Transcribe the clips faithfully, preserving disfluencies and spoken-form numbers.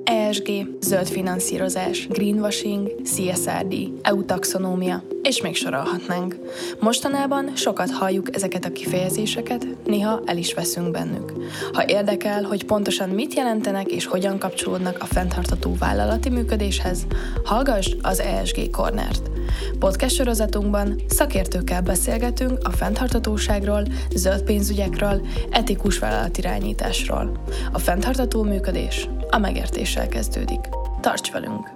E S G, zöld finanszírozás, greenwashing, C S R D, E U taxonómia, és még sorolhatnánk. Mostanában sokat halljuk ezeket a kifejezéseket, néha el is veszünk bennük. Ha érdekel, hogy pontosan mit jelentenek és hogyan kapcsolódnak a fenntartható vállalati működéshez, hallgass az E S G Cornert. Podcast sorozatunkban szakértőkkel beszélgetünk a fenntarthatóságról, zöld pénzügyekről, etikus vállalatirányításról. A fenntartható működés a megértéssel kezdődik. Tarts velünk!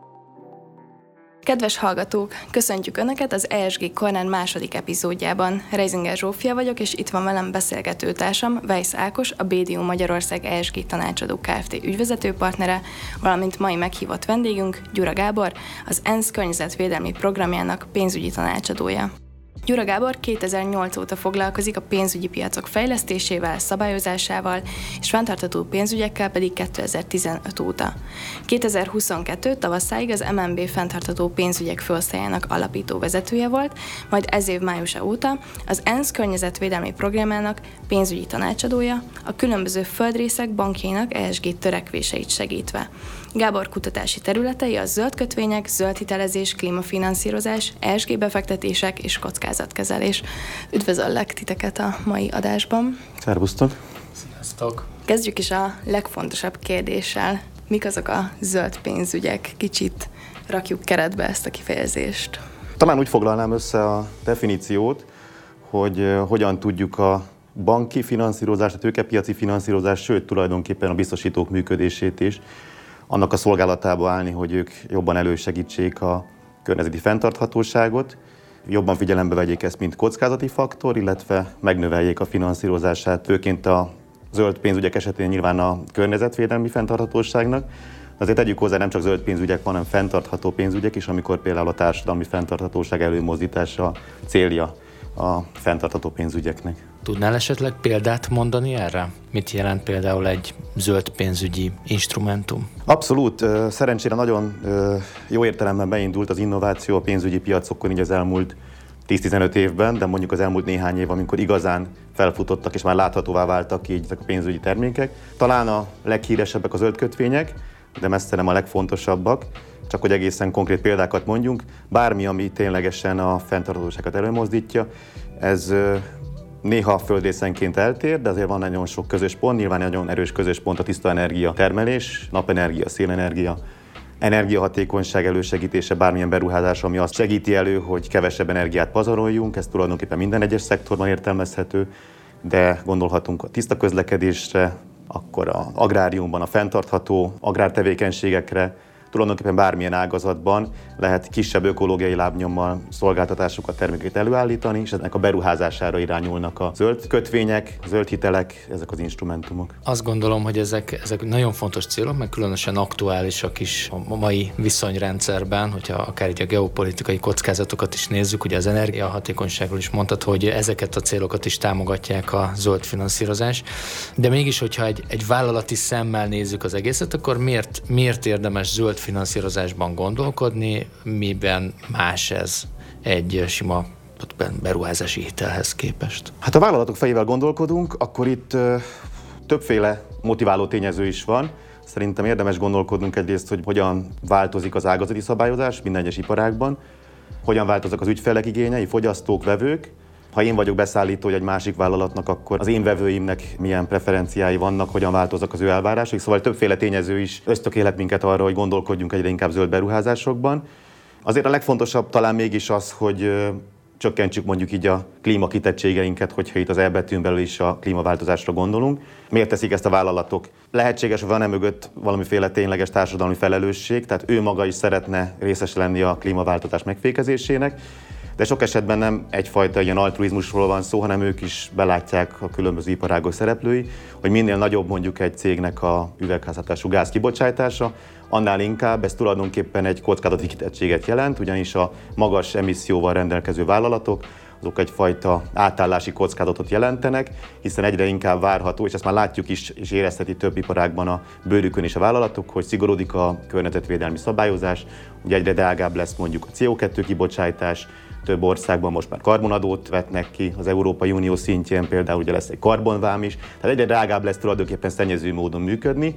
Kedves hallgatók, köszöntjük Önöket az E S G Corner második epizódjában. Reisinger Zsófia vagyok, és itt van velem beszélgető társam, Weisz Ákos, a bé dé o Magyarország E S G Tanácsadó Kft. Ügyvezető partnere, valamint mai meghívott vendégünk, Gyura Gábor, az E N S Z környezetvédelmi programjának pénzügyi tanácsadója. Gyura Gábor kétezer-nyolc óta foglalkozik a pénzügyi piacok fejlesztésével, szabályozásával, és fenntartható pénzügyekkel pedig kétezer-tizenöt óta. kétezer-huszonkettő tavaszáig az em en bé fenntartható pénzügyek főosztályának alapító vezetője volt, majd ez év májusa óta az E N S Z környezetvédelmi programjának pénzügyi tanácsadója, a különböző földrészek bankjainak E S G törekvéseit segítve. Gábor kutatási területei a zöld kötvények, zöld hitelezés, klímafinanszírozás, E S G befektetések és kockázatkezelés. Üdvözöllek titeket a mai adásban. Szervusztok! Sziasztok! Kezdjük is a legfontosabb kérdéssel. Mik azok a zöld pénzügyek? Kicsit rakjuk keretbe ezt a kifejezést. Talán úgy foglalnám össze a definíciót, hogy hogyan tudjuk a banki finanszírozást, a tőkepiaci finanszírozást, sőt tulajdonképpen a biztosítók működését is annak a szolgálatába állni, hogy ők jobban elősegítsék a környezeti fenntarthatóságot, jobban figyelembe vegyék ezt, mint kockázati faktor, illetve megnöveljék a finanszírozását, főként a zöld pénzügyek esetén nyilván a környezetvédelmi fenntarthatóságnak. Azért tegyük hozzá, nem csak zöld pénzügyek, hanem fenntartható pénzügyek is, amikor például a társadalmi fenntarthatóság előmozdítása célja a fenntartható pénzügyeknek. Tudnál esetleg példát mondani erre? Mit jelent például egy zöld pénzügyi instrumentum? Abszolút. Szerencsére nagyon jó értelemben beindult az innováció a pénzügyi piacokon így az elmúlt tíz-tizenöt évben, de mondjuk az elmúlt néhány év, amikor igazán felfutottak és már láthatóvá váltak így ezek a pénzügyi termékek. Talán a leghíresebbek a zöld kötvények, de messze nem a legfontosabbak. Csak hogy egészen konkrét példákat mondjunk, bármi, ami ténylegesen a fenntarthatóságot előmozdítja, ez néha földrészenként eltér, de azért van nagyon sok közös pont, nyilván nagyon erős közös pont a tiszta energia termelés, napenergia, szélenergia, energiahatékonyság elősegítése, bármilyen beruházás, ami azt segíti elő, hogy kevesebb energiát pazaroljunk, ez tulajdonképpen minden egyes szektorban értelmezhető, de gondolhatunk a tiszta közlekedésre, akkor az agráriumban a fenntartható agrártevékenységekre, tulajdonképpen bármilyen ágazatban lehet kisebb ökológiai lábnyommal szolgáltatásokat, termékeket előállítani, és ennek a beruházására irányulnak a zöld kötvények, a zöld hitelek, ezek az instrumentumok. Azt gondolom, hogy ezek, ezek nagyon fontos célok, meg különösen aktuálisak is a mai viszonyrendszerben, hogyha akár így a geopolitikai kockázatokat is nézzük, ugye az energiahatékonyságról is mondtad, hogy ezeket a célokat is támogatják a zöld finanszírozás, de mégis, hogyha egy, egy vállalati szemmel nézzük az egészet, akkor miért, miért érdemes zöld finanszírozásban gondolkodni, miben más ez egy sima beruházási hitelhez képest? Hát ha vállalatok fejével gondolkodunk, akkor itt ö, többféle motiváló tényező is van. Szerintem érdemes gondolkodnunk egyrészt, hogy hogyan változik az ágazati szabályozás minden egyes iparágban, hogyan változnak az ügyfelek igényei, fogyasztók, vevők. Ha én vagyok beszállító egy másik vállalatnak, akkor az én vevőimnek milyen preferenciái vannak, hogyan változnak az ő elvárások. Szóval többféle tényező is ösztökélet minket arra, hogy gondolkodjunk egyre inkább zöld beruházásokban. Azért a legfontosabb talán mégis az, hogy csökkentsük mondjuk így a klímakitettségeinket, hogyha itt az E betűn belül is a klímaváltozásra gondolunk. Miért teszik ezt a vállalatok? Lehetséges, hogy van-e mögött valamiféle tényleges társadalmi felelősség, tehát ő maga is szeretne részes lenni a klímaváltozás megfékezésének, de sok esetben nem egyfajta ilyen altruizmusról van szó, hanem ők is belátják a különböző iparágok szereplői, hogy minél nagyobb mondjuk egy cégnek a üvegházhatású gáz kibocsátása, annál inkább ez tulajdonképpen egy kockázati kitettséget jelent, ugyanis a magas emisszióval rendelkező vállalatok azok egyfajta átállási kockázatot jelentenek, hiszen egyre inkább várható, és ezt már látjuk is, és érezheti több iparágban a bőrükön is a vállalatok, hogy szigorodik a környezetvédelmi szabályozás, ugye egyre drágább lesz mondjuk a cé o kettő kibocsátás, több országban most már karbonadót vetnek ki, az Európai Unió szintjén például ugye lesz egy karbonvám is, tehát egyre drágább lesz tulajdonképpen szennyező módon működni,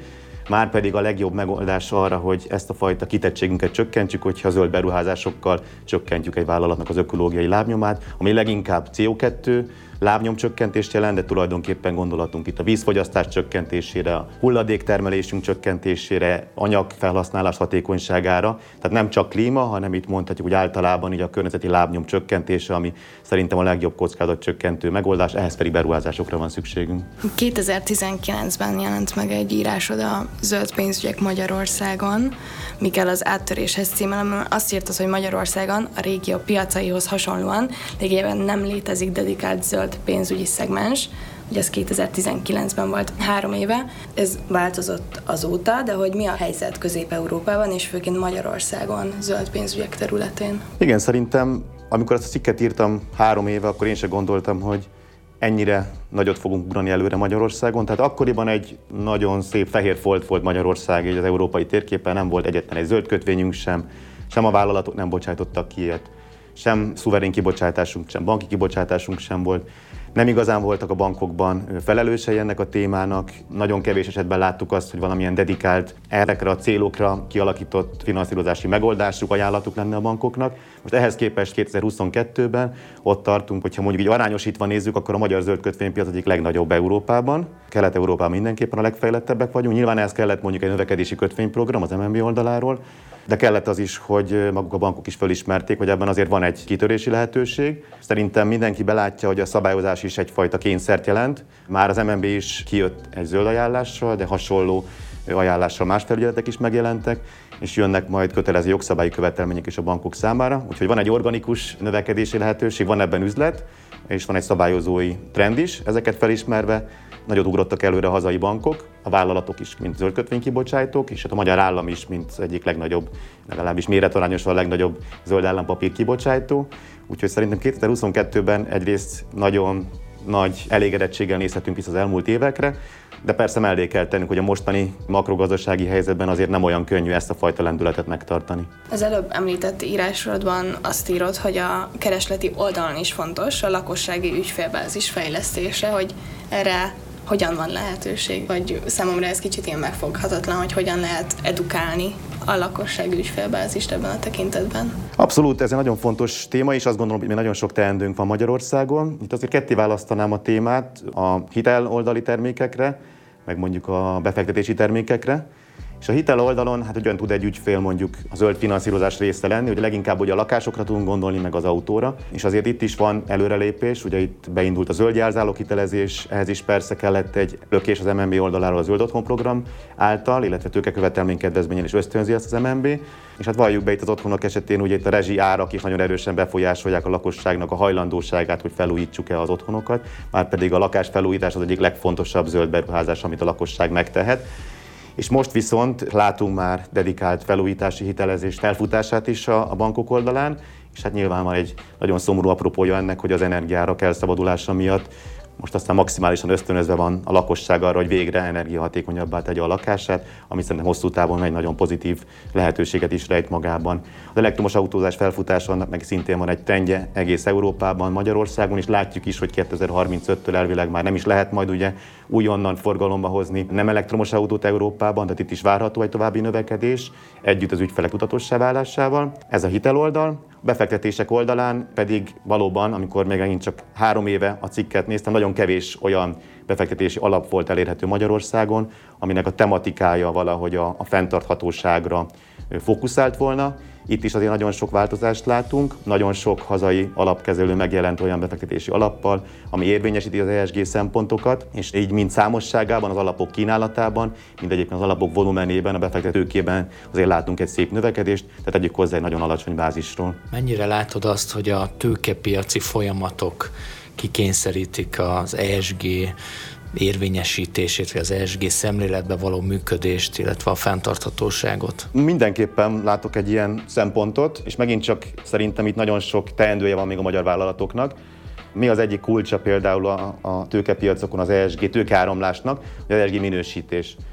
Márpedig a legjobb megoldás arra, hogy ezt a fajta kitettségünket csökkentsük, hogyha a zöld beruházásokkal csökkentjük egy vállalatnak az ökológiai lábnyomát, ami leginkább cé o kettő lábnyomcsökkentést jelent, de tulajdonképpen gondolatunk itt a vízfogyasztás csökkentésére, a hulladéktermelésünk csökkentésére, anyagfelhasználás hatékonyságára. Tehát nem csak klíma, hanem itt mondhatjuk, hogy általában így a környezeti lábnyom csökkentése, ami szerintem a legjobb kockázatcsökkentő megoldás, ehhez pedig beruházásokra van szükségünk. kétezer-tizenkilencben jelent meg egy írásod a Zöld pénzügyek Magyarországon, mi kell az áttöréshez címmel, azt írtad, hogy Magyarországon a régió piacaihoz hasonlóan lényegében nem létezik dedikált zöld pénzügyi szegmens, ugye ez kétezer-tizenkilencben volt, három éve. Ez változott azóta, de hogy mi a helyzet Közép-Európában és főként Magyarországon zöld pénzügyek területén? Igen, szerintem amikor ezt a cikket írtam három éve, akkor én sem gondoltam, hogy ennyire nagyot fogunk ugrani előre Magyarországon. Tehát akkoriban egy nagyon szép fehér folt volt Magyarország, és az európai térképen nem volt egyetlen egy zöld kötvényünk sem, sem a vállalatok nem bocsátottak ki ilyet, sem szuverén kibocsátásunk, sem banki kibocsátásunk sem volt. Nem igazán voltak a bankokban felelősei ennek a témának. Nagyon kevés esetben láttuk azt, hogy valamilyen dedikált, erre a célokra kialakított finanszírozási megoldásuk, ajánlatuk lenne a bankoknak. Most ehhez képest kétezer-huszonkettőben ott tartunk, hogyha mondjuk így arányosítva nézzük, akkor a magyar zöld kötvénypiac egyik legnagyobb Európában. Kelet-Európában mindenképpen a legfejlettebbek vagyunk. Nyilván ehhez kellett mondjuk egy növekedési kötvényprogram az em en bé oldaláról, de kellett az is, hogy maguk a bankok is felismerték, hogy ebben azért van egy kitörési lehetőség. Szerintem mindenki belátja, hogy a szabályozás is egyfajta kényszert jelent. Már az em en bé is kijött egy zöld ajánlással, de hasonló ajánlással más felügyeletek is megjelentek, és jönnek majd kötelező jogszabályi követelmények is a bankok számára. Úgyhogy van egy organikus növekedési lehetőség, van ebben üzlet, és van egy szabályozói trend is. Ezeket felismerve nagyot ugrottak előre a hazai bankok, a vállalatok is, mint zöldkötvénykibocsátók, és hát a magyar állam is, mint egyik legnagyobb, legalábbis méretarányosan a legnagyobb zöld állampapír kibocsátó. Úgyhogy szerintem kétezer-huszonkettőben egyrészt nagyon nagy elégedettséggel nézhetünk vissza az elmúlt évekre, de persze mellé kell tennünk, hogy a mostani makrogazdasági helyzetben azért nem olyan könnyű ezt a fajta lendületet megtartani. Az előbb említett írásodban azt írod, hogy a keresleti oldalon is fontos a lakossági ügyfélbázis fejlesztése, hogy erre hogyan van lehetőség, vagy számomra ez kicsit ilyen megfoghatatlan, hogy hogyan lehet edukálni a lakossági ügyfélbázist ebben a tekintetben. Abszolút, ez egy nagyon fontos téma, és azt gondolom, hogy még nagyon sok teendőnk van Magyarországon. Itt azért ketté választanám a témát a hitel oldali termékekre, meg mondjuk a befektetési termékekre. És a hitel oldalon, hát hogyan tud egy ügyfél mondjuk a zöld finanszírozás része lenni, hogy leginkább ugye a lakásokra tudunk gondolni, meg az autóra. És azért itt is van előrelépés, ugye itt beindult a zöld jelzálog hitelezés, ehhez is persze kellett egy lökés az em en bé oldaláról a Zöld Otthon program által, illetve tőkekövetelmény kedvezményen is ösztönzi ezt az em en bé. És hát valljuk be itt az otthonok esetén, ugye itt a rezsi árak is nagyon erősen befolyásolják a lakosságnak a hajlandóságát, hogy felújítsuk-e az otthonokat, márpedig a lakásfelújítás az egyik legfontosabb zöld beruházás, amit a lakosság megtehet. És most viszont látunk már dedikált felújítási hitelezés felfutását is a, a bankok oldalán, és hát nyilván van egy nagyon szomorú apropója ennek, hogy az energiárak elszabadulása miatt most aztán maximálisan ösztönözve van a lakosság arra, hogy végre energiahatékonyabbá tegye a lakását, ami szerintem hosszú távon egy nagyon pozitív lehetőséget is rejt magában. Az elektromos autózás felfutása annak meg szintén van egy trendje egész Európában, Magyarországon, és látjuk is, hogy kétezer-harmincöttől elvileg már nem is lehet majd ugye újonnan forgalomba hozni nem elektromos autót Európában, tehát itt is várható egy további növekedés, együtt az ügyfelek tudatossá válásával. Ez a hiteloldal. Befektetések oldalán pedig valóban, amikor még megint csak három éve a cikket néztem, nagyon kevés olyan befektetési alap volt elérhető Magyarországon, aminek a tematikája valahogy a, a fenntarthatóságra fókuszált volna. Itt is azért nagyon sok változást látunk, nagyon sok hazai alapkezelő megjelent olyan befektetési alappal, ami érvényesíti az é es gé szempontokat, és így mind számosságában, az alapok kínálatában, mind egyébként az alapok volumenében, a befektetőkében azért látunk egy szép növekedést, tehát tegyük hozzá egy nagyon alacsony bázisról. Mennyire látod azt, hogy a tőkepiaci folyamatok kikényszerítik az é es gé érvényesítését, vagy az é es gé szemléletbe való működést, illetve a fenntarthatóságot? Mindenképpen látok egy ilyen szempontot, és megint csak szerintem itt nagyon sok teendője van még a magyar vállalatoknak. Mi az egyik kulcsa például a, a tőkepiacokon az é es gé tőkeáramlásnak, az é es gé minősítés.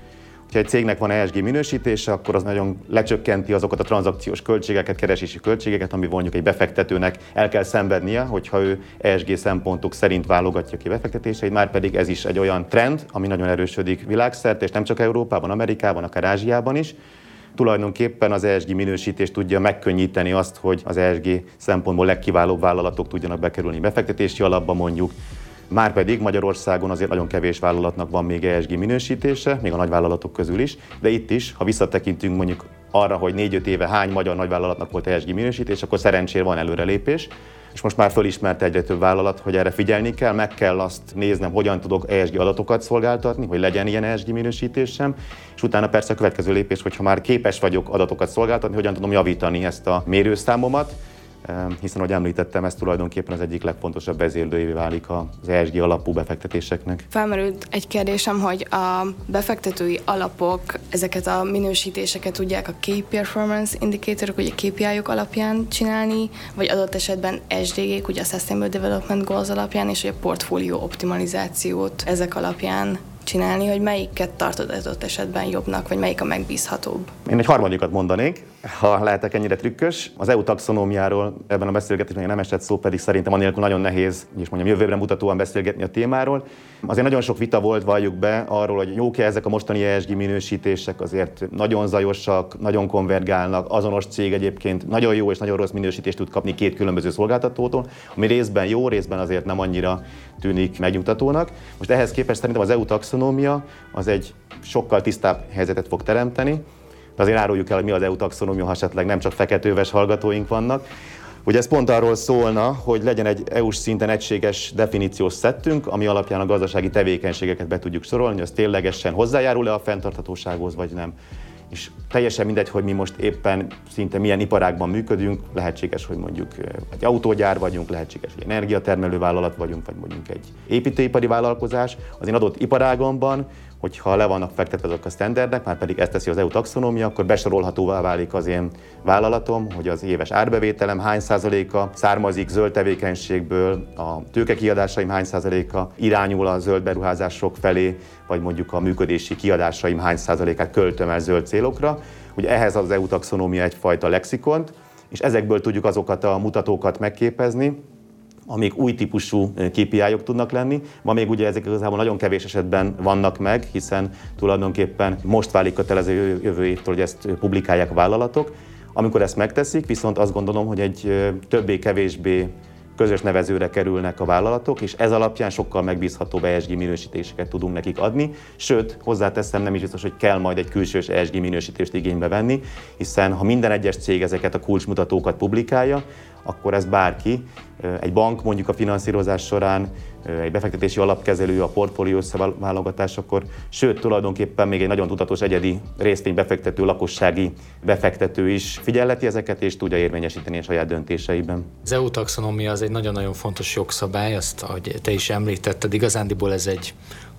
Ha egy cégnek van E S G minősítése, akkor az nagyon lecsökkenti azokat a tranzakciós költségeket, keresési költségeket, ami mondjuk egy befektetőnek el kell szenvednie, hogyha ő E S G szempontok szerint válogatja ki befektetéseit, már pedig ez is egy olyan trend, ami nagyon erősödik világszerte, és nem csak Európában, Amerikában, akár Ázsiában is. Tulajdonképpen az E S G minősítés tudja megkönnyíteni azt, hogy az E S G szempontból legkiválóbb vállalatok tudjanak bekerülni befektetési alapba mondjuk. Márpedig Magyarországon azért nagyon kevés vállalatnak van még E S G minősítése, még a nagyvállalatok közül is, de itt is, ha visszatekintünk mondjuk arra, hogy négy-öt éve hány magyar nagyvállalatnak volt E S G minősítés, akkor szerencsére van előrelépés, és most már fölismerte egyre több vállalat, hogy erre figyelni kell, meg kell azt néznem, hogyan tudok E S G adatokat szolgáltatni, hogy legyen ilyen E S G minősítésem, és utána persze a következő lépés, hogyha már képes vagyok adatokat szolgáltatni, hogyan tudom javítani ezt a mérőszámomat, hiszen, ahogy említettem, ez tulajdonképpen az egyik legfontosabb vezérlőjévé válik az E S G alapú befektetéseknek. Felmerült egy kérdésem, hogy a befektetői alapok ezeket a minősítéseket tudják a Key Performance Indicatorok, ugye K P I-ok alapján csinálni, vagy adott esetben S D G-k, ugye a Sustainable Development Goals alapján, és a portfólió optimalizációt ezek alapján csinálni, hogy melyiket tartod adott esetben jobbnak, vagy melyik a megbízhatóbb? Én egy harmadikat mondanék, ha lehetek ennyire trükkös. Az E U taxonómiáról ebben a beszélgetésben nem esett szó, pedig szerintem anélkül nagyon nehéz, és mondjam, jövőre mutatóan beszélgetni a témáról. Azért nagyon sok vita volt, valljuk be, arról, hogy jók-e ezek a mostani E S G minősítések, azért nagyon zajosak, nagyon konvergálnak, azonos cég egyébként nagyon jó és nagyon rossz minősítést tud kapni két különböző szolgáltatótól, ami részben jó, részben azért nem annyira tűnik megnyugtatónak. Most ehhez képest szerintem az E U taxonómia az egy sokkal tisztább helyzetet fog teremteni. De azért áruljuk el, hogy mi az E U taxonómia, ha esetleg nem csak feketőves hallgatóink vannak. Ugye ez pont arról szólna, hogy legyen egy é u-s szinten egységes definíciós szettünk, ami alapján a gazdasági tevékenységeket be tudjuk sorolni, hogy az ténylegesen hozzájárul-e a fenntarthatósághoz, vagy nem. És teljesen mindegy, hogy mi most éppen szinte milyen iparágban működünk, lehetséges, hogy mondjuk egy autógyár vagyunk, lehetséges, hogy energiatermelő vállalat vagyunk, vagy mondjuk egy építőipari vállalkozás. Az én adott iparágomban, hogyha le vannak fektetve azok a sztenderdek, már pedig ezt teszi az E U taxonómia, akkor besorolhatóvá válik az én vállalatom, hogy az éves árbevételem hány százaléka származik zöld tevékenységből, a tőkekiadásaim hány százaléka irányul a zöld beruházások felé, vagy mondjuk a működési kiadásaim hány százalékát költöm el zöld célokra. Ugye ehhez az E U taxonómia egyfajta lexikont, és ezekből tudjuk azokat a mutatókat megképezni, amik új típusú K P I-ok tudnak lenni. Ma még ugye ezek igazából nagyon kevés esetben vannak meg, hiszen tulajdonképpen most válik kötelező jövő évtől, hogy ezt publikálják a vállalatok. Amikor ezt megteszik, viszont azt gondolom, hogy egy többé-kevésbé közös nevezőre kerülnek a vállalatok, és ez alapján sokkal megbízhatóbb E S G minősítéseket tudunk nekik adni. Sőt, hozzáteszem, nem is biztos, hogy kell majd egy külsős E S G minősítést igénybe venni, hiszen ha minden egyes cég ezeket a kulcsmutatókat publikálja, akkor ez bárki, egy bank mondjuk a finanszírozás során, egy befektetési alapkezelő, a portfólió összeválogatásakor, sőt, tulajdonképpen még egy nagyon tudatos egyedi részvénybefektető, lakossági befektető is figyelleti ezeket, és tudja érvényesíteni a saját döntéseiben. Az E U taxonómia az egy nagyon-nagyon fontos jogszabály, azt, ahogy te is említetted, igazándiból ez egy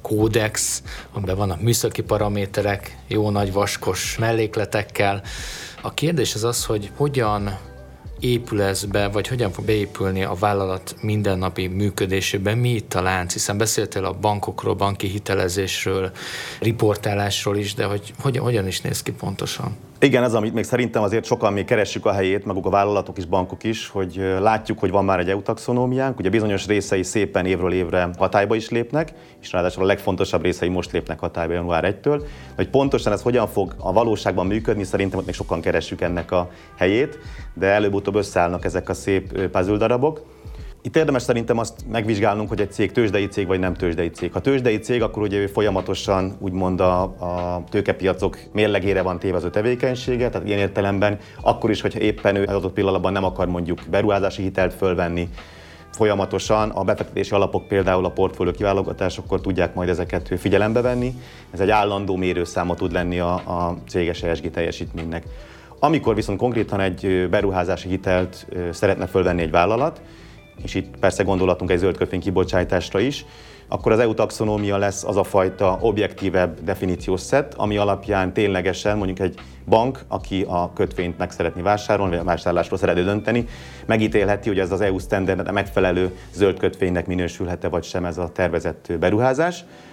kódex, amiben vannak műszaki paraméterek, jó nagy vaskos mellékletekkel. A kérdés az az, hogy hogyan épül ez be, vagy hogyan fog beépülni a vállalat mindennapi működésében, mi itt a lánc, hiszen beszéltél a bankokról, banki hitelezésről, riportálásról is, de hogy hogyan, hogyan is néz ki pontosan? Igen, ez, amit még szerintem azért sokan még keressük a helyét, maguk a vállalatok is, bankok is, hogy látjuk, hogy van már egy E U taxonómiánk, ugye bizonyos részei szépen évről évre hatályba is lépnek, és ráadásul a legfontosabb részei most lépnek hatályba január elsejétől. De hogy pontosan ez hogyan fog a valóságban működni, szerintem ott még sokan keressük ennek a helyét, de előbb-utóbb összeállnak ezek a szép puzzle darabok. Itt érdemes szerintem azt megvizsgálnunk, hogy egy cég tőzsdei cég vagy nem tőzsdei cég. Ha tőzsdei cég, akkor ugye ő folyamatosan úgymond a, a tőkepiacok mérlegére van téve az ő tevékenysége, tehát ilyen értelemben akkor is, hogyha éppen ő az adott pillanatban nem akar mondjuk beruházási hitelt fölvenni, folyamatosan a befektetési alapok például a portfólió kiválogatásokkor tudják majd ezeket figyelembe venni. Ez egy állandó mérőszáma tud lenni a, a céges E S G teljesítménynek. Amikor viszont konkrétan egy beruházási hitelt szeretne fölvenni egy vállalat, és itt persze gondolatunk egy zöld kötvény kibocsátásra is, akkor az E U taxonómia lesz az a fajta objektívebb definíciós szett, ami alapján ténylegesen mondjuk egy bank, aki a kötvényt meg szeretné vásárolni, vagy a vásárlásról szeretné dönteni, megítélheti, hogy ez az E U standardnek megfelelő zöld kötvénynek minősülhet-e vagy sem ez a tervezett beruházás.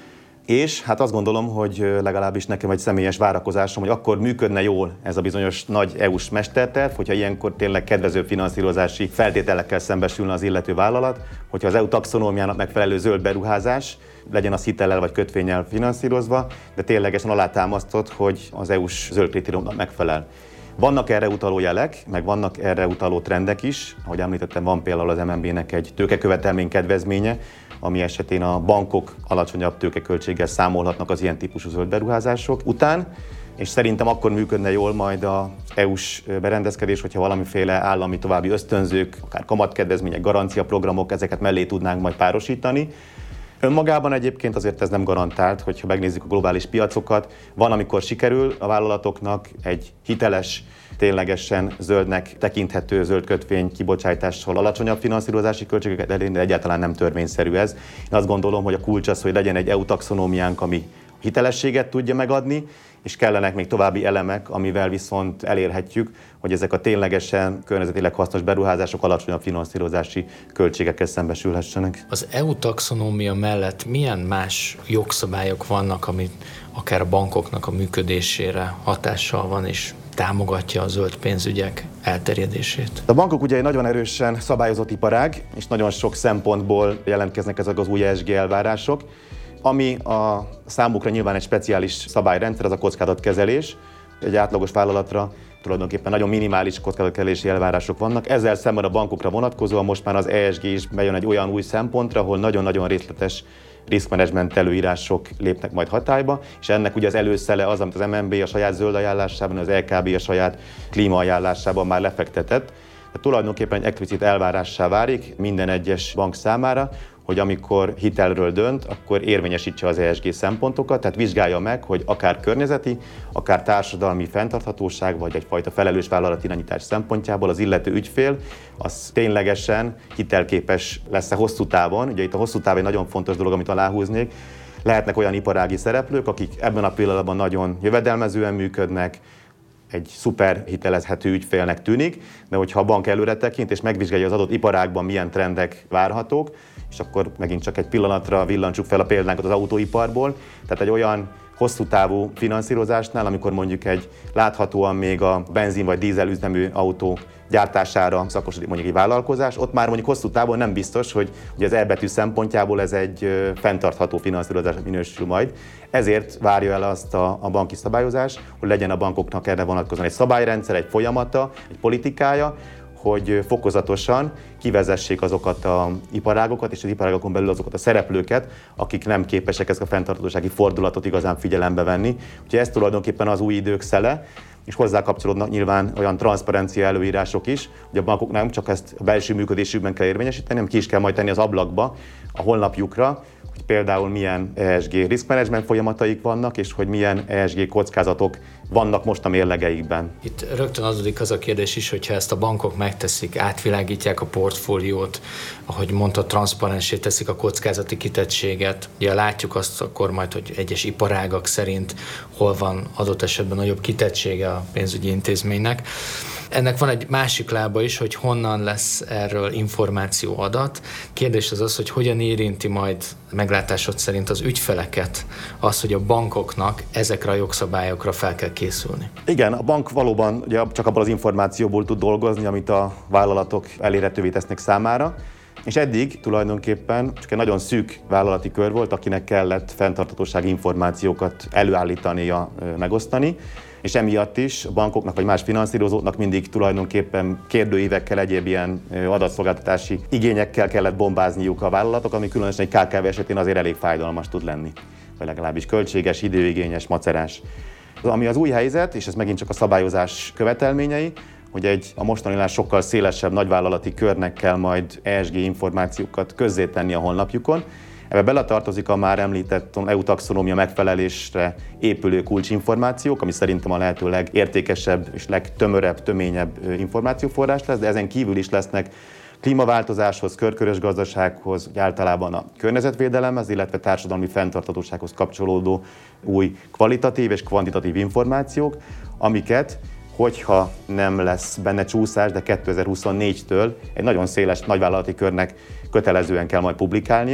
És hát azt gondolom, hogy legalábbis nekem egy személyes várakozásom, hogy akkor működne jól ez a bizonyos nagy é u-s mesterterv, hogyha ilyenkor tényleg kedvező finanszírozási feltételekkel szembesülne az illető vállalat, hogyha az é u taxonómiának megfelelő zöld beruházás, legyen az hitellel vagy kötvényel finanszírozva, de ténylegesen alátámasztott, hogy az é u-s zöld kritériumnak megfelel. Vannak erre utaló jelek, meg vannak erre utaló trendek is. Ahogy említettem, van például az em en bé-nek egy tőkekövetelmény kedvezménye, ami esetén a bankok alacsonyabb tőkeköltséggel számolhatnak az ilyen típusú zöld beruházások után, és szerintem akkor működne jól majd az é u-s berendezkedés, hogyha valamiféle állami további ösztönzők, akár kamatkedvezmények, garanciaprogramok, ezeket mellé tudnánk majd párosítani. Önmagában egyébként azért ez nem garantált, hogyha megnézzük a globális piacokat. Van, amikor sikerül a vállalatoknak egy hiteles, ténylegesen zöldnek tekinthető zöld kötvény kibocsátással alacsonyabb finanszírozási költségeket elérni, de egyáltalán nem törvényszerű ez. Én azt gondolom, hogy a kulcs az, hogy legyen egy é u taxonómiánk, ami hitelességet tudja megadni, és kellenek még további elemek, amivel viszont elérhetjük, hogy ezek a ténylegesen környezetileg hasznos beruházások alacsonyabb finanszírozási költségekkel szembesülhessenek. Az é u taxonómia mellett milyen más jogszabályok vannak, amit akár a bankoknak a működésére hatással van és támogatja a zöld pénzügyek elterjedését? A bankok ugye egy nagyon erősen szabályozott iparág, és nagyon sok szempontból jelentkeznek ezek az új é es gé elvárások. Ami a számukra nyilván egy speciális szabályrendszer, az a kockázatkezelés. Egy átlagos vállalatra tulajdonképpen nagyon minimális kockázatkezelési elvárások vannak. Ezzel szemben a bankokra vonatkozóan most már az é es gé is bejön egy olyan új szempontra, ahol nagyon-nagyon részletes riskmanagement előírások lépnek majd hatályba, és ennek ugye az előszele az, amit az em en bé a saját zöld ajánlásában, az é ká bé a saját klímaajánlásában már lefektetett. Tehát tulajdonképpen egy explicit elvárássá válik minden egyes bank számára, hogy amikor hitelről dönt, akkor érvényesítse az é es gé szempontokat, tehát vizsgálja meg, hogy akár környezeti, akár társadalmi fenntarthatóság, vagy egyfajta felelős vállalatirányítás szempontjából az illető ügyfél, az ténylegesen hitelképes lesz-e hosszú távon. Ugye itt a hosszú táv egy nagyon fontos dolog, amit aláhúznék. Lehetnek olyan iparági szereplők, akik ebben a pillanatban nagyon jövedelmezően működnek, egy szuper hitelezhető ügyfélnek tűnik, de hogyha a bank előre tekint és megvizsgálja az adott iparágban milyen trendek várhatók, és akkor megint csak egy pillanatra villantsuk fel a példánkat az autóiparból, tehát egy olyan hosszú távú finanszírozásnál, amikor mondjuk egy láthatóan még a benzin vagy dízel üzemű autó gyártására szakosodik mondjuk egy vállalkozás, ott már mondjuk hosszú távon nem biztos, hogy ugye az E betű szempontjából ez egy fenntartható finanszírozás minősül majd. Ezért várja el azt a, a banki szabályozás, hogy legyen a bankoknak erre vonatkozóan egy szabályrendszer, egy folyamata, egy politikája, hogy fokozatosan kivezessék azokat az iparágokat és az iparágokon belül azokat a szereplőket, akik nem képesek ezt a fenntarthatósági fordulatot igazán figyelembe venni. Úgyhogy ez tulajdonképpen az új idők szele, és hozzá kapcsolódnak nyilván olyan transzparencia előírások is, hogy a bankok nem csak ezt a belső működésükben kell érvényesíteni, hanem ki is kell majd tenni az ablakba, a honlapjukra, hogy például milyen é es gé risk management folyamataik vannak, és hogy milyen é es gé kockázatok vannak most a mérlegeikben. Itt rögtön adódik az a kérdés is, hogyha ezt a bankok megteszik, átvilágítják a portfóliót, ahogy mondta, transzparensé teszik a kockázati kitettséget. Ugye látjuk azt akkor majd, hogy egyes iparágak szerint hol van adott esetben nagyobb kitettsége a pénzügyi intézménynek. Ennek van egy másik lába is, hogy honnan lesz erről információ adat. Kérdés az az, hogy hogyan érinti majd meglátásod szerint az ügyfeleket az, hogy a bankoknak ezekre a jogszabályokra fel kell készülni. Igen, a bank valóban ugye csak abból az információból tud dolgozni, amit a vállalatok elérhetővé tesznek számára. És eddig tulajdonképpen csak egy nagyon szűk vállalati kör volt, akinek kellett fenntarthatósági információkat előállítania, megosztani. És emiatt is a bankoknak vagy más finanszírozóknak mindig tulajdonképpen kérdőívekkel, egyéb ilyen adatszolgáltatási igényekkel kellett bombázniuk a vállalatok, ami különösen egy ká ká vé esetén azért elég fájdalmas tud lenni, vagy legalábbis költséges, időigényes, macerás. Ami az új helyzet, és ez megint csak a szabályozás követelményei, hogy egy a mostaninál sokkal szélesebb nagyvállalati körnek kell majd é es gé információkat közzétenni a honlapjukon. Ebbe beletartozik a már említett é u taxonómia megfelelésre épülő kulcsinformációk, ami szerintem a lehető legértékesebb és legtömörebb, töményebb információforrás lesz, de ezen kívül is lesznek klímaváltozáshoz, körkörös gazdasághoz, általában a környezetvédelemhez, illetve társadalmi fenntarthatósághoz kapcsolódó új kvalitatív és kvantitatív információk, amiket, hogyha nem lesz benne csúszás, de kétezer-huszonnégytől egy nagyon széles nagyvállalati körnek kötelezően kell majd publikálnia.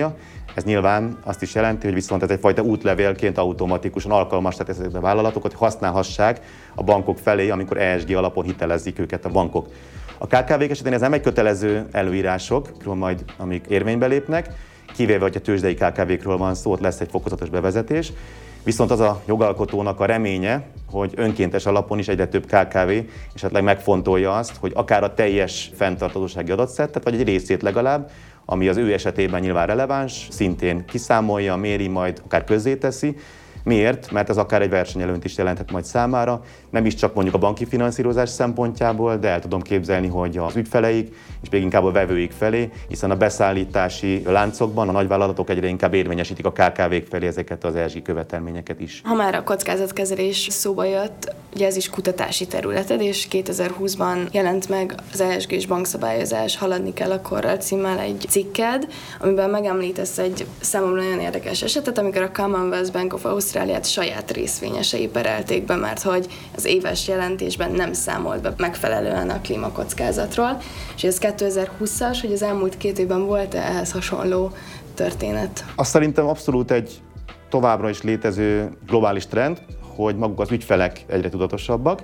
Ez nyilván azt is jelenti, hogy viszont ez egyfajta útlevélként automatikusan alkalmas, tehát ezeket a vállalatokat használhassák a bankok felé, amikor E S G alapon hitelezik őket a bankok. A ká ká vék esetén ez nem egy kötelező előírások, majd amik érvénybe lépnek, kivéve, hogy a tőzsdei ká ká vékről van szó, ott lesz egy fokozatos bevezetés. Viszont az a jogalkotónak a reménye, hogy önkéntes alapon is egyre több ká ká vé esetleg megfontolja azt, hogy akár a teljes fenntarthatósági adatszettet, vagy egy részét legalább, ami az ő esetében nyilván releváns, szintén kiszámolja, méri, majd akár közzéteszi. Miért? Mert ez akár egy versenyelőnyt is jelenthet majd számára, nem is csak mondjuk a banki finanszírozás szempontjából, de el tudom képzelni, hogy az ügyfeleik, és még inkább a vevőik felé, hiszen a beszállítási láncokban a nagyvállalatok egyre inkább érvényesítik a ká ká vék felé ezeket az E S G követelményeket is. Ha már a kockázatkezelés szóba jött, ugye ez is kutatási területed, és kétezer-húszban jelent meg az E S G-s bankszabályozás Haladni kell a korral címmel egy cikked, amiben megemlítesz egy számomra nagyon érdekes esetet, amikor a Commonwealth Bank of Ausztráliát saját részvényesei perelték be, mert hogy az éves jelentésben nem számolt be megfelelően a klímakockázatról, és ez kétezer-húszas, hogy az elmúlt két évben volt-e ehhez hasonló történet? Azt szerintem abszolút egy továbbra is létező globális trend, hogy maguk az ügyfelek egyre tudatosabbak,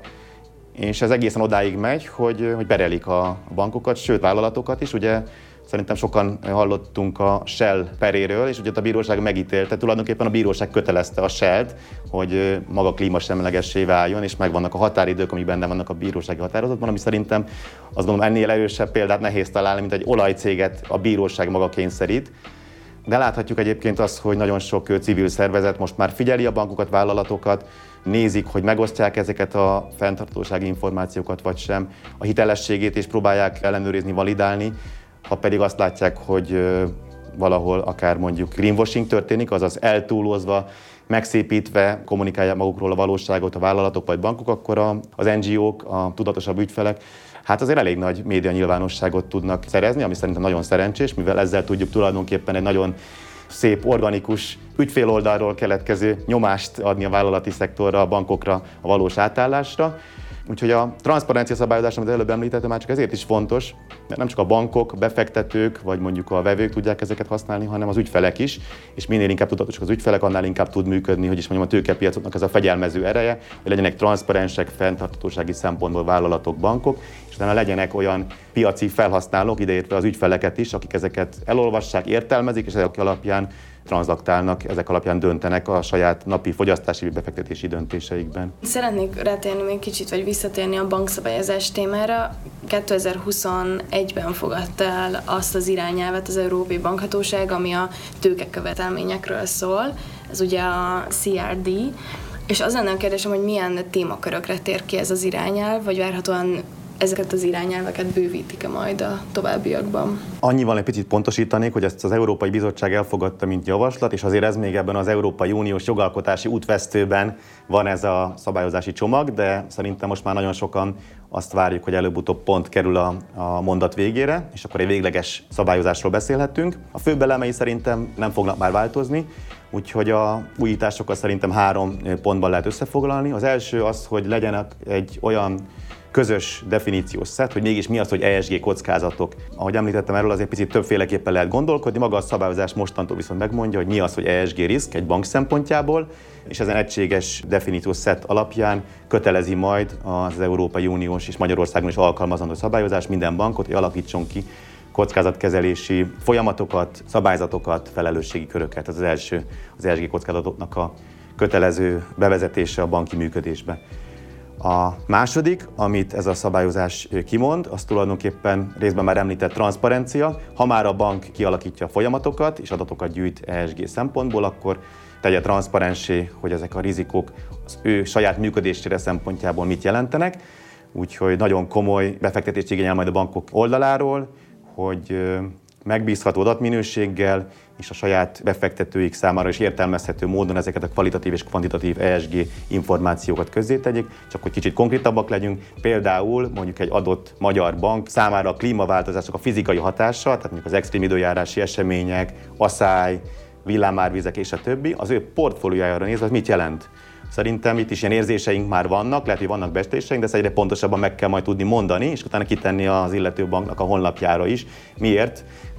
és ez egészen odáig megy, hogy, hogy perelik a bankokat, sőt vállalatokat is. Ugye szerintem sokan hallottunk a Shell peréről, és ugye a bíróság megítélte, tulajdonképpen a bíróság kötelezte a Shellt, hogy maga klímasemlegessé váljon, és megvannak a határidők, amik benne vannak a bírósági határozatban, ami szerintem azt gondolom ennél erősebb példát nehéz találni, mint egy olajcéget a bíróság maga kényszerít. De láthatjuk egyébként azt, hogy nagyon sok civil szervezet most már figyeli a bankokat, vállalatokat, nézik, hogy megosztják ezeket a fenntarthatósági információkat vagy sem, a hitelességét is próbálják ellenőrizni, validálni. Ha pedig azt látják, hogy valahol akár mondjuk greenwashing történik, azaz eltúlozva, megszépítve kommunikálják magukról a valóságot a vállalatok vagy bankok, akkor az en gé ók, a tudatosabb ügyfelek, hát azért elég nagy média nyilvánosságot tudnak szerezni, ami szerintem nagyon szerencsés, mivel ezzel tudjuk tulajdonképpen egy nagyon szép, organikus, ügyféloldalról keletkező nyomást adni a vállalati szektorra, a bankokra, a valós átállásra. Úgyhogy a transzparencia szabályozás, amit előbb említettem, már csak ezért is fontos, mert nem csak a bankok, befektetők, vagy mondjuk a vevők tudják ezeket használni, hanem az ügyfelek is, és minél inkább tudatosak az ügyfelek, annál inkább tud működni, hogy is mondjam, a tőkepiacoknak ez a fegyelmező ereje, hogy legyenek transzparensek, fenntarthatósági szempontból vállalatok, bankok, és utána legyenek olyan piaci felhasználók, ideértve az ügyfeleket is, akik ezeket elolvassák, értelmezik, és ezek alapján tranzaktálnak, ezek alapján döntenek a saját napi fogyasztási befektetési döntéseikben. Szeretnék rátérni még kicsit, vagy visszatérni a bankszabályozás témára. kétezer-huszonegyben fogadta el azt az irányelvet az Európai Bankhatóság, ami a tőkekövetelményekről szól. Ez ugye a cé er dé. És az lenne a kérdésem, hogy milyen témakörökre tér ki ez az irányelv, vagy várhatóan ezeket az irányelveket bővítik-e majd a továbbiakban? Annyival egy picit pontosítanék, hogy ezt az Európai Bizottság elfogadta, mint javaslat, és azért ez még ebben az Európai Uniós jogalkotási útvesztőben van ez a szabályozási csomag, de szerintem most már nagyon sokan azt várjuk, hogy előbb-utóbb pont kerül a, a mondat végére, és akkor egy végleges szabályozásról beszélhetünk. A főbb elemei szerintem nem fognak már változni, úgyhogy a újításokat szerintem három pontban lehet összefoglalni. Az első az, hogy legyenek egy olyan közös definíciós szett, hogy mégis mi az, hogy E S G kockázatok. Ahogy említettem, erről azért picit többféleképpen lehet gondolkodni, maga a szabályozás mostantól viszont megmondja, hogy mi az, hogy E S G risk egy bank szempontjából, és ezen egységes definíciós szett alapján kötelezi majd az Európai Uniós és Magyarországon is alkalmazandó szabályozás minden bankot, hogy alakítson ki kockázatkezelési folyamatokat, szabályzatokat, felelősségi köröket. Ez az első, az E S G kockázatoknak a kötelező bevezetése a banki működésbe. A második, amit ez a szabályozás kimond, az tulajdonképpen részben már említett transzparencia. Ha már a bank kialakítja a folyamatokat és adatokat gyűjt E S G szempontból, akkor tegye transzparensé, hogy ezek a rizikók az ő saját működésére szempontjából mit jelentenek. Úgyhogy nagyon komoly befektetést igényel majd a bankok oldaláról, hogy megbízható adatminőséggel és a saját befektetőik számára is értelmezhető módon ezeket a kvalitatív és kvantitatív E S G információkat közzétegyék, csak hogy kicsit konkrétabbak legyünk. Például mondjuk egy adott magyar bank számára a klímaváltozások a fizikai hatása, tehát mondjuk az extrém időjárási események, aszály, villámárvizek és a többi, az ő portfóliójára nézve, az mit jelent? Szerintem itt is ilyen érzéseink már vannak, lehet, hogy vannak becsléseink, de ezt egyre pontosabban meg kell majd tudni mondani, és utána kitenni az illető banknak a honlapjára is. Miért?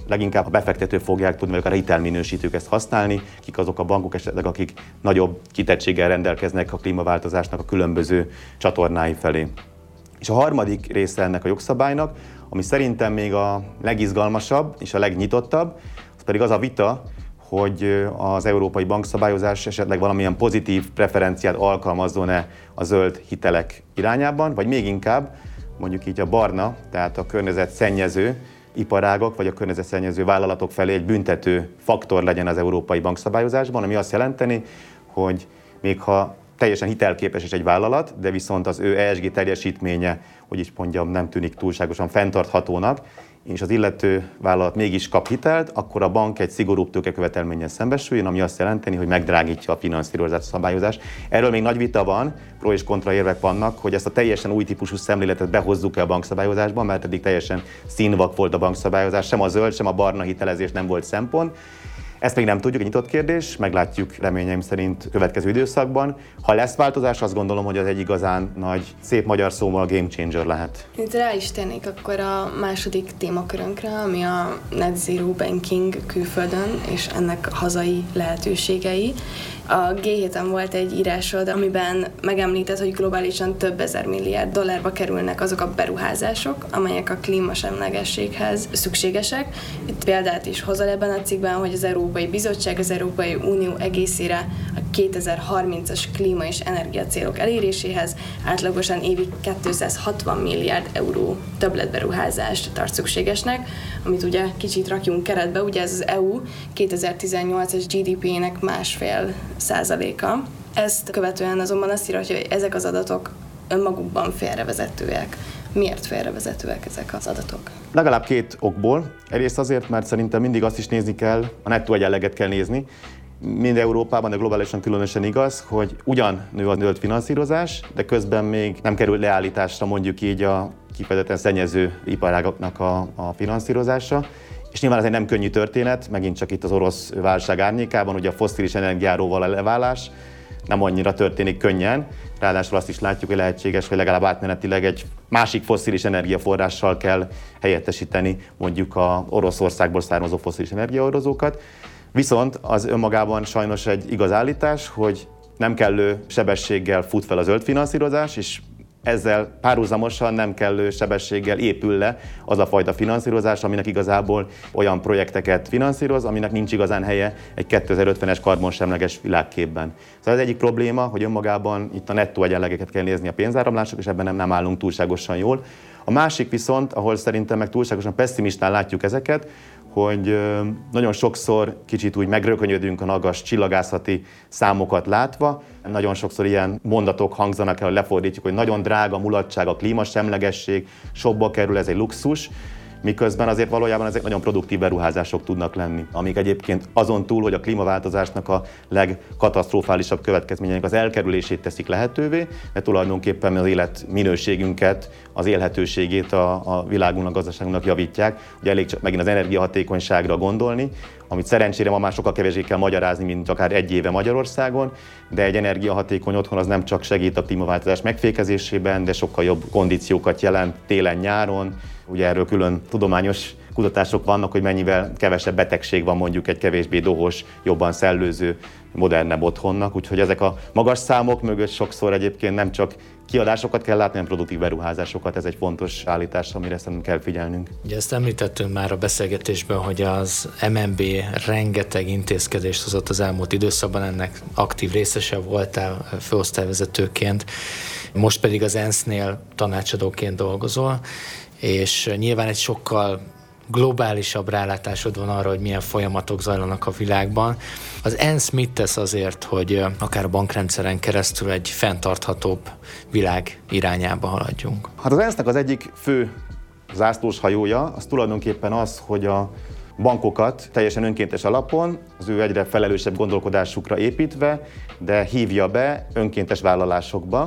leginkább a befektetők fogják tudni, vagy akár a hitelminősítők ezt használni, kik azok a bankok esetleg, akik nagyobb kitettséggel rendelkeznek a klímaváltozásnak a különböző csatornái felé. És a harmadik része ennek a jogszabálynak, ami szerintem még a legizgalmasabb és a legnyitottabb, az pedig az a vita, hogy az európai bankszabályozás esetleg valamilyen pozitív preferenciát alkalmazzon-e a zöld hitelek irányában, vagy még inkább mondjuk így a barna, tehát a környezetszennyező iparágok vagy a környezetszennyező vállalatok felé egy büntető faktor legyen az európai bankszabályozásban, ami azt jelenteni, hogy még ha teljesen hitelképes is egy vállalat, de viszont az ő E S G teljesítménye, hogy is mondjam, nem tűnik túlságosan fenntarthatónak, és az illető vállalat mégis kap hitelt, akkor a bank egy szigorúbb tőkekövetelménnyel szembesüljön, ami azt jelenteni, hogy megdrágítja a finanszírozás szabályozás. Erről még nagy vita van, pro és kontra érvek vannak, hogy ezt a teljesen új típusú szemléletet behozzuk-e a bankszabályozásban, mert eddig teljesen színvak volt a bankszabályozás, sem a zöld, sem a barna hitelezés nem volt szempont. Ezt még nem tudjuk, egy nyitott kérdés, meglátjuk reményeim szerint következő időszakban. Ha lesz változás, azt gondolom, hogy az egy igazán nagy, szép magyar szóval game changer lehet. Itt rá is térnék akkor a második témakörünkre, ami a Net Zero Banking külföldön és ennek hazai lehetőségei. A G héten volt egy írásod, amiben megemlített, hogy globálisan több ezer milliárd dollárba kerülnek azok a beruházások, amelyek a klímasemlegességhez szükségesek. Itt példát is hozol ebben a cikkben, hogy az Európai Bizottság az Európai Unió egészére a kétezer-harmincas klíma és energiacélok eléréséhez átlagosan évi kétszázhatvan milliárd euró többletberuházást tart szükségesnek, amit ugye kicsit rakjunk keretbe, ugye ez az é u kétezer-tizennyolcas G D P-nek másfél százaléka. Ezt követően azonban azt írja, hogy ezek az adatok önmagukban félrevezetőek. Miért félrevezetőek ezek az adatok? Legalább két okból. Egyrészt azért, mert szerintem mindig azt is nézni kell, a nettó egyenleget kell nézni. Mind Európában, de globálisan különösen igaz, hogy ugyan nő a zöld finanszírozás, de közben még nem kerül leállításra mondjuk így a kifejezetten szennyező iparágoknak a, a finanszírozása. És nyilván ez egy nem könnyű történet, megint csak itt az orosz válság árnyékában, ugye a fosszilis energiáról a leválás nem annyira történik könnyen, ráadásul azt is látjuk, hogy lehetséges, hogy legalább átmenetileg egy másik fosszilis energiaforrással kell helyettesíteni mondjuk az Oroszországból származó fosszilis energiahordozókat. Viszont az önmagában sajnos egy igaz állítás, hogy nem kellő sebességgel fut fel a zöld finanszírozás, és ezzel párhuzamosan nem kellő sebességgel épül le az a fajta finanszírozás, aminek igazából olyan projekteket finanszíroz, aminek nincs igazán helye egy kétezer-ötvenes karbonsemleges világképben. Szóval az egyik probléma, hogy önmagában itt a nettó egyenlegeket kell nézni a pénzáramlások, és ebben nem, nem állunk túlságosan jól. A másik viszont, ahol szerintem meg túlságosan pessimistán látjuk ezeket, hogy nagyon sokszor kicsit úgy megrökönyödünk a magas csillagászati számokat látva. Nagyon sokszor ilyen mondatok hangzanak el, hogy lefordítjuk, hogy nagyon drága mulatság a klímasemlegesség, sokba kerül, ez egy luxus, miközben azért valójában ezek nagyon produktív beruházások tudnak lenni, amik egyébként azon túl, hogy a klímaváltozásnak a legkatasztrofálisabb következményeinek az elkerülését teszik lehetővé, mert tulajdonképpen az életminőségünket, az élhetőségét a, a világunknak, a gazdaságunknak javítják. Ugye elég csak megint az energiahatékonyságra gondolni, amit szerencsére ma már sokkal kevésbé kell magyarázni, mint akár egy éve Magyarországon, de egy energiahatékony otthon az nem csak segít a klímaváltozás megfékezésében, de sokkal jobb kondíciókat jelent télen-nyáron. Ugye erről külön tudományos kutatások vannak, hogy mennyivel kevesebb betegség van mondjuk egy kevésbé dohos, jobban szellőző, modernebb otthonnak. Úgyhogy ezek a magas számok mögött sokszor egyébként nem csak kiadásokat kell látni, hanem produktív beruházásokat. Ez egy fontos állítás, amire szerintem kell figyelnünk. Ugye ezt említettünk már a beszélgetésben, hogy az em en bé rengeteg intézkedést hozott az elmúlt időszakban, ennek aktív részese voltál főosztályvezetőként, most pedig az ENSZ-nél tanácsadóként dolgozol, és nyilván egy sokkal globálisabb rálátásod van arra, hogy milyen folyamatok zajlanak a világban. Az ENSZ mit tesz azért, hogy akár a bankrendszeren keresztül egy fenntarthatóbb világ irányába haladjunk? Hát az ENSZ-nek az egyik fő zászlós hajója az tulajdonképpen az, hogy a bankokat teljesen önkéntes alapon, az ő egyre felelősebb gondolkodásukra építve, de hívja be önkéntes vállalásokba,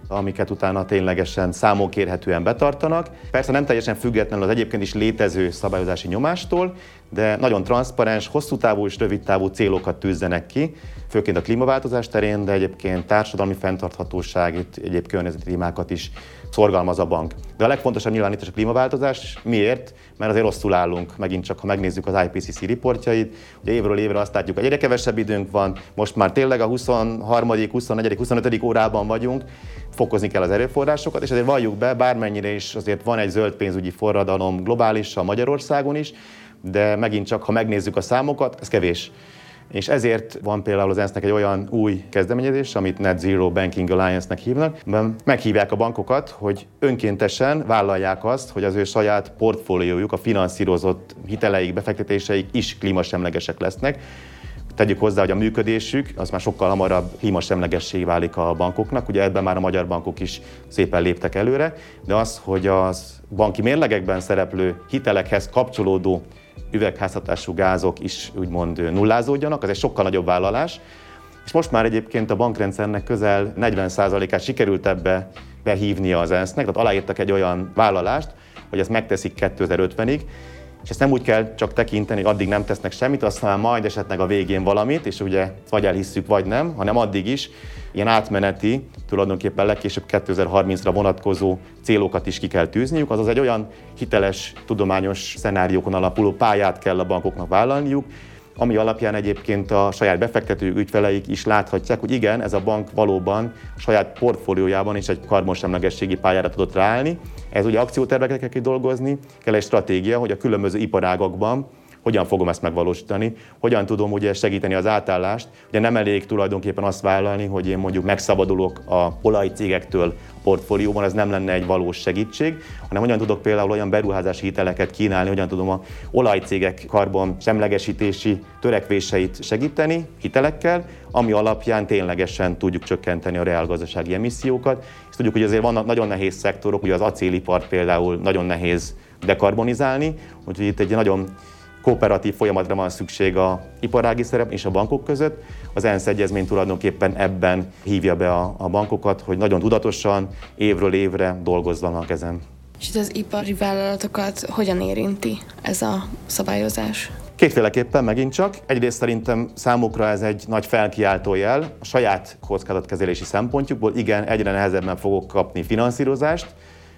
amiket utána ténylegesen számonkérhetően betartanak. Persze nem teljesen függetlenül az egyébként is létező szabályozási nyomástól, de nagyon transzparens, hosszú távú és rövid távú célokat tűzzenek ki, főként a klímaváltozás terén, de egyébként társadalmi fenntarthatóság, egyéb környezeti témákat is szorgalmaz a bank. De a legfontosabb nyilván itt a klímaváltozás. Miért? Mert azért rosszul állunk, megint csak, ha megnézzük az I P C C riportjait. Ugye évről évre azt látjuk, hogy egyre kevesebb időnk van, most már tényleg a huszonharmadik, huszonnegyedik, huszonötödik órában vagyunk, fokozni kell az erőforrásokat, és azért valljuk be, bármennyire is azért van egy zöld pénzügyi forradalom globálisan Magyarországon is, de megint csak, ha megnézzük a számokat, ez kevés. És ezért van például az ENSZ-nek egy olyan új kezdeményezés, amit Net Zero Banking Alliance-nek hívnak, meghívják a bankokat, hogy önkéntesen vállalják azt, hogy az ő saját portfóliójuk, a finanszírozott hiteleik, befektetéseik is klímasemlegesek lesznek. Tegyük hozzá, hogy a működésük az már sokkal hamarabb klímasemlegessé válik a bankoknak, ugye ebben már a magyar bankok is szépen léptek előre, de az, hogy az banki mérlegekben szereplő hitelekhez kapcsolódó üvegházhatású gázok is úgymond nullázódjanak, az egy sokkal nagyobb vállalás, és most már egyébként a bankrendszernek közel negyven százalékát sikerült ebbe behívnia az ENSZ-nek, tehát aláírtak egy olyan vállalást, hogy ezt megteszik kétezer-ötvenig, és ezt nem úgy kell csak tekinteni, hogy addig nem tesznek semmit, aztán majd esetleg a végén valamit, és ugye vagy elhisszük, vagy nem, hanem addig is ilyen átmeneti, tulajdonképpen legkésőbb kétezer-harmincra vonatkozó célokat is ki kell tűzniük, azaz egy olyan hiteles, tudományos szenáriókon alapuló pályát kell a bankoknak vállalniuk, ami alapján egyébként a saját befektető ügyfeleik is láthatják, hogy igen, ez a bank valóban a saját portfóliójában is egy karbonsemlegességi pályára tudott ráállni. Ez ugye akcióterveket kell kidolgozni, kell egy stratégia, hogy a különböző iparágakban hogyan fogom ezt megvalósítani, hogyan tudom ugye segíteni az átállást. Ugye nem elég tulajdonképpen azt vállalni, hogy én mondjuk megszabadulok a olajcégektől a portfólióban, ez nem lenne egy valós segítség, hanem hogyan tudok például olyan beruházási hiteleket kínálni, hogyan tudom a olajcégek karbon semlegesítési törekvéseit segíteni hitelekkel, ami alapján ténylegesen tudjuk csökkenteni a reálgazdasági emissziókat. És tudjuk, hogy azért vannak nagyon nehéz szektorok, ugye az acélipart például nagyon nehéz dekarbonizálni, úgyhogy itt egy nagyon kooperatív folyamatra van szükség az iparági szerep és a bankok között. Az ENSZ egyezmény tulajdonképpen ebben hívja be a, a bankokat, hogy nagyon tudatosan, évről évre dolgozzanak ezen. És itt az ipari vállalatokat hogyan érinti ez a szabályozás? Kétféleképpen megint csak. Egyrészt szerintem számukra ez egy nagy felkiáltó jel. A saját kockázatkezelési szempontjukból igen, egyre nehezebben fogok kapni finanszírozást,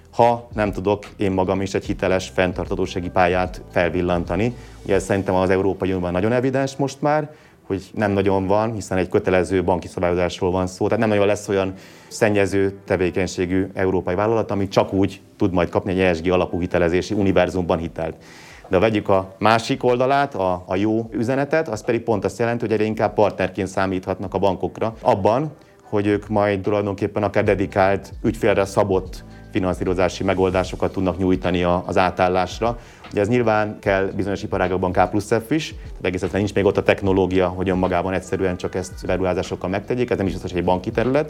ha nem tudok én magam is egy hiteles fenntarthatósági pályát felvillantani. Ugye ez szerintem az Európai Unióban nagyon evidens most már, hogy nem nagyon van, hiszen egy kötelező banki szabályozásról van szó, tehát nem nagyon lesz olyan szennyező tevékenységű európai vállalat, ami csak úgy tud majd kapni egy E S G alapú hitelezési univerzumban hitelt. De vegyük a másik oldalát, a, a jó üzenetet, az pedig pont azt jelenti, hogy egyre inkább partnerként számíthatnak a bankokra abban, hogy ők majd tulajdonképpen akár dedikált, ügyfélre szabott finanszírozási megoldásokat tudnak nyújtani az átállásra. Ugye ez nyilván kell bizonyos iparágakban K plusz F is, tehát egészen nincs még ott a technológia, hogy önmagában egyszerűen csak ezt beruházásokkal megtegyék, ez nem is az, hogy egy banki terület,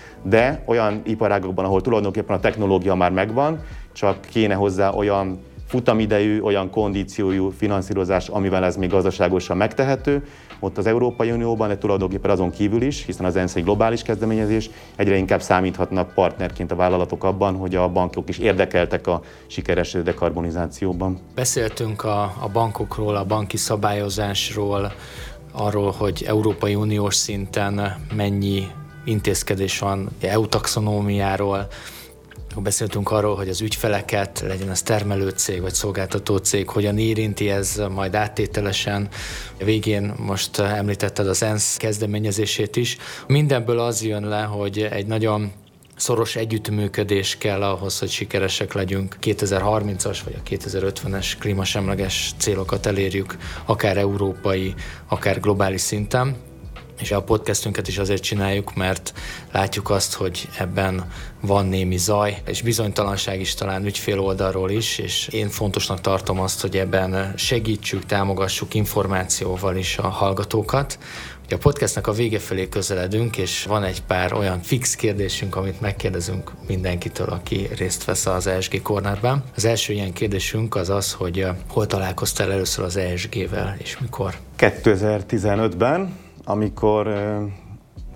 de olyan iparágokban, ahol tulajdonképpen a technológia már megvan, csak kéne hozzá olyan futamidejű, olyan kondíciójú finanszírozás, amivel ez még gazdaságosan megtehető. Ott az Európai Unióban, de tulajdonképpen azon kívül is, hiszen az ENSZ egy globális kezdeményezés, egyre inkább számíthatnak partnerként a vállalatok abban, hogy a bankok is érdekeltek a sikeres dekarbonizációban. Beszéltünk a, a bankokról, a banki szabályozásról, arról, hogy Európai Uniós szinten mennyi intézkedés van, é u taxonómiáról. Beszéltünk arról, hogy az ügyfeleket, legyen ez termelőcég vagy szolgáltatócég, hogyan érinti ez majd áttételesen. A végén most említetted az ENSZ kezdeményezését is. Mindenből az jön le, hogy egy nagyon szoros együttműködés kell ahhoz, hogy sikeresek legyünk. kétezer-harmincas vagy a kétezer-ötvenes klímasemleges célokat elérjük, akár európai, akár globális szinten. És a podcastünket is azért csináljuk, mert látjuk azt, hogy ebben van némi zaj, és bizonytalanság is talán ügyfél oldalról is, és én fontosnak tartom azt, hogy ebben segítsük, támogassuk információval is a hallgatókat. Ugye a podcastnak a vége felé közeledünk, és van egy pár olyan fix kérdésünk, amit megkérdezünk mindenkitől, aki részt vesz az E S G Cornerben. Az első ilyen kérdésünk az az, hogy hol találkoztál először az E S G-vel, és mikor? kétezer-tizenötben, amikor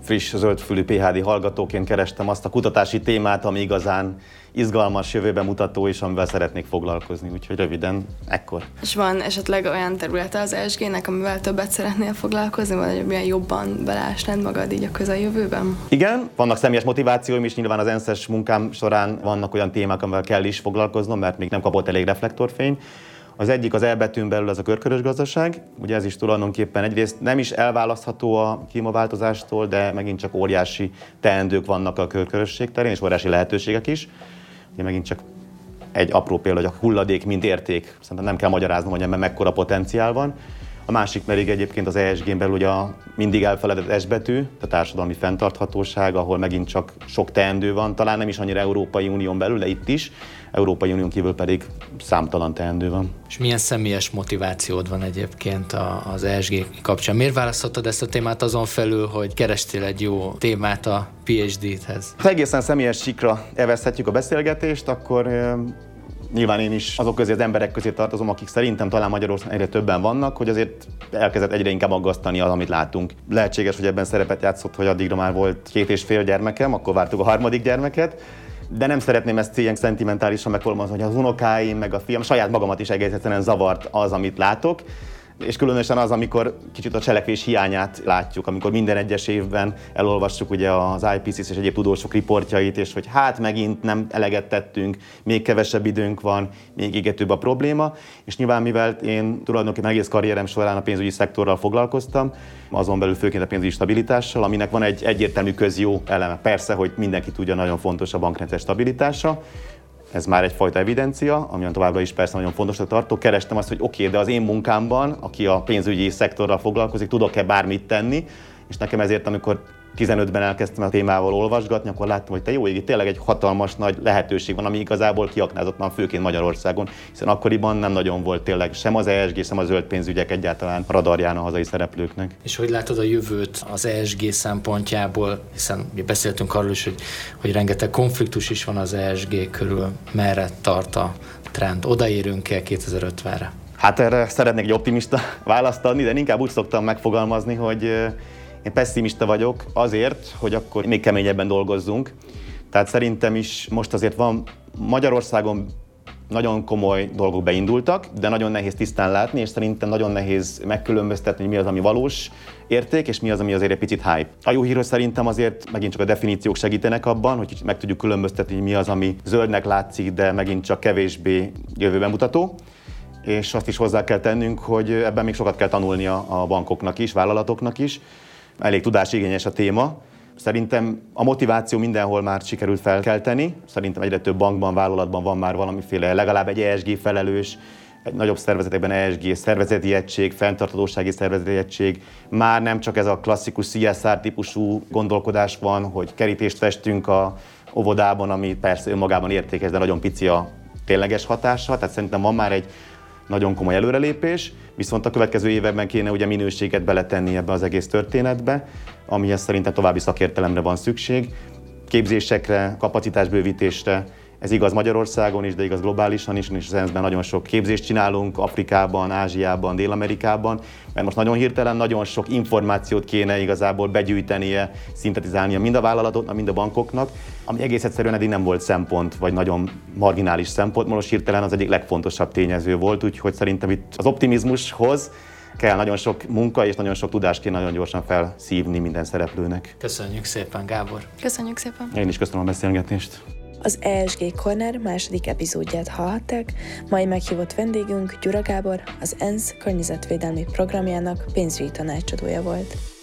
friss, zöldfülű pé há dé hallgatóként kerestem azt a kutatási témát, ami igazán izgalmas, jövőbe mutató, és amivel szeretnék foglalkozni, úgyhogy röviden ekkor. És van esetleg olyan területe az é es gé-nek, amivel többet szeretnél foglalkozni, vagy milyen jobban beleásnád magad így a közeljövőben? Igen, vannak személyes motivációim is, nyilván az enszes munkám során vannak olyan témák, amivel kell is foglalkoznom, mert még nem kapott elég reflektorfény. Az egyik az E betűn belül az a körkörös gazdaság, ugye ez is tulajdonképpen egyrészt nem is elválasztható a klímaváltozástól, de megint csak óriási teendők vannak a körkörösség terén, és óriási lehetőségek is. Ugye megint csak egy apró példa, hogy a hulladék mint érték, szerintem nem kell magyaráznom, hogy ebben mekkora potenciál van. A másik pedig egyébként az é es gén belül ugye a mindig elfeledett S betű, a társadalmi fenntarthatóság, ahol megint csak sok teendő van, talán nem is annyira Európai Unión belül, de itt is, Európai Unión kívül pedig számtalan teendő van. És milyen személyes motivációd van egyébként az é es gé kapcsán? Miért választottad ezt a témát azon felül, hogy kerestél egy jó témát a pé há dé-hez? Ha egészen személyes sikra evezhetjük a beszélgetést, akkor nyilván én is azok közé, az emberek közé tartozom, akik szerintem talán Magyarországon egyre többen vannak, hogy azért elkezdett egyre inkább aggasztani az, amit látunk. Lehetséges, hogy ebben szerepet játszott, hogy addigra már volt két és fél gyermekem, akkor vártuk a harmadik gyermeket, de nem szeretném ezt ilyen szentimentálisan megfogalmazni, hogy az unokáim, meg a fiam, saját magamat is egész egyszerűen zavart az, amit látok. És különösen az, amikor kicsit a cselekvés hiányát látjuk, amikor minden egyes évben elolvassuk ugye az i pé cé és egyéb tudósok riportjait, és hogy hát megint nem eleget tettünk, még kevesebb időnk van, még égetőbb a probléma. És nyilván mivel én tulajdonképpen egész karrierem során a pénzügyi szektorral foglalkoztam, azon belül főként a pénzügyi stabilitással, aminek van egy egyértelmű közjó eleme. Persze, hogy mindenki tudja, nagyon fontos a bankrendszer stabilitása. Ez már egyfajta evidencia, amilyen továbbra is persze nagyon fontosnak tartok. Kerestem azt, hogy oké, okay, de az én munkámban, aki a pénzügyi szektorral foglalkozik, tudok-e bármit tenni, és nekem ezért, amikor tizenötben elkezdtem a témával olvasgatni, akkor láttam, hogy te jó ég, tényleg egy hatalmas nagy lehetőség van, ami igazából kiaknázatlan, főként Magyarországon, hiszen akkoriban nem nagyon volt tényleg sem az é es gé, sem a zöld pénzügyek egyáltalán radarján a hazai szereplőknek. És hogy látod a jövőt az é es gé szempontjából, hiszen beszéltünk arról is, hogy, hogy rengeteg konfliktus is van az é es gé körül, merre tart a trend? Odaérünk-e kétezer-ötvenre? Hát erre szeretnék egy optimista választ adni, de inkább úgy szoktam megfogalmazni, hogy én pessimista vagyok azért, hogy akkor még keményebben dolgozzunk. Tehát szerintem is most azért van Magyarországon nagyon komoly dolgok beindultak, de nagyon nehéz tisztán látni, és szerintem nagyon nehéz megkülönböztetni, hogy mi az, ami valós érték, és mi az, ami azért egy picit hype. A jó hír, hogy szerintem azért megint csak a definíciók segítenek abban, hogy kicsit meg tudjuk különböztetni, hogy mi az, ami zöldnek látszik, de megint csak kevésbé jövőben mutató. És azt is hozzá kell tennünk, hogy ebben még sokat kell tanulnia a bankoknak is, vállalatoknak is. Elég tudásigényes a téma. Szerintem a motiváció mindenhol már sikerült felkelteni. Szerintem egyre több bankban, vállalatban van már valamiféle, legalább egy é es gé felelős, egy nagyobb szervezetekben é es gé, szervezeti egység, fenntarthatósági szervezeti egység. Már nem csak ez a klasszikus cé es er típusú gondolkodás van, hogy kerítést festünk a óvodában, ami persze önmagában értékes, de nagyon pici a tényleges hatása. Tehát szerintem van már egy nagyon komoly előrelépés, viszont a következő években kéne ugye minőséget beletenni ebbe az egész történetbe, amihez szerintem további szakértelemre van szükség, képzésekre, kapacitásbővítésre. Ez igaz Magyarországon is, de igaz globálisan is, és az ENSZ-ben nagyon sok képzést csinálunk, Afrikában, Ázsiában, Dél-Amerikában, mert most nagyon hirtelen nagyon sok információt kéne igazából begyűjtenie, szintetizálnia mind a vállalatoknak, mind a bankoknak, ami egész egyszerűen eddig nem volt szempont, vagy nagyon marginális szempont, most hirtelen az egyik legfontosabb tényező volt, úgyhogy szerintem itt az optimizmushoz kell nagyon sok munka és nagyon sok tudást kéne nagyon gyorsan felszívni minden szereplőnek. Köszönjük szépen, Gábor! Köszönjük szépen! Én is köszönöm a beszélgetést! Az é es gé Corner második epizódját hallhatták, mai meghívott vendégünk Gyura Gábor, az ENSZ környezetvédelmi programjának pénzügyi tanácsadója volt.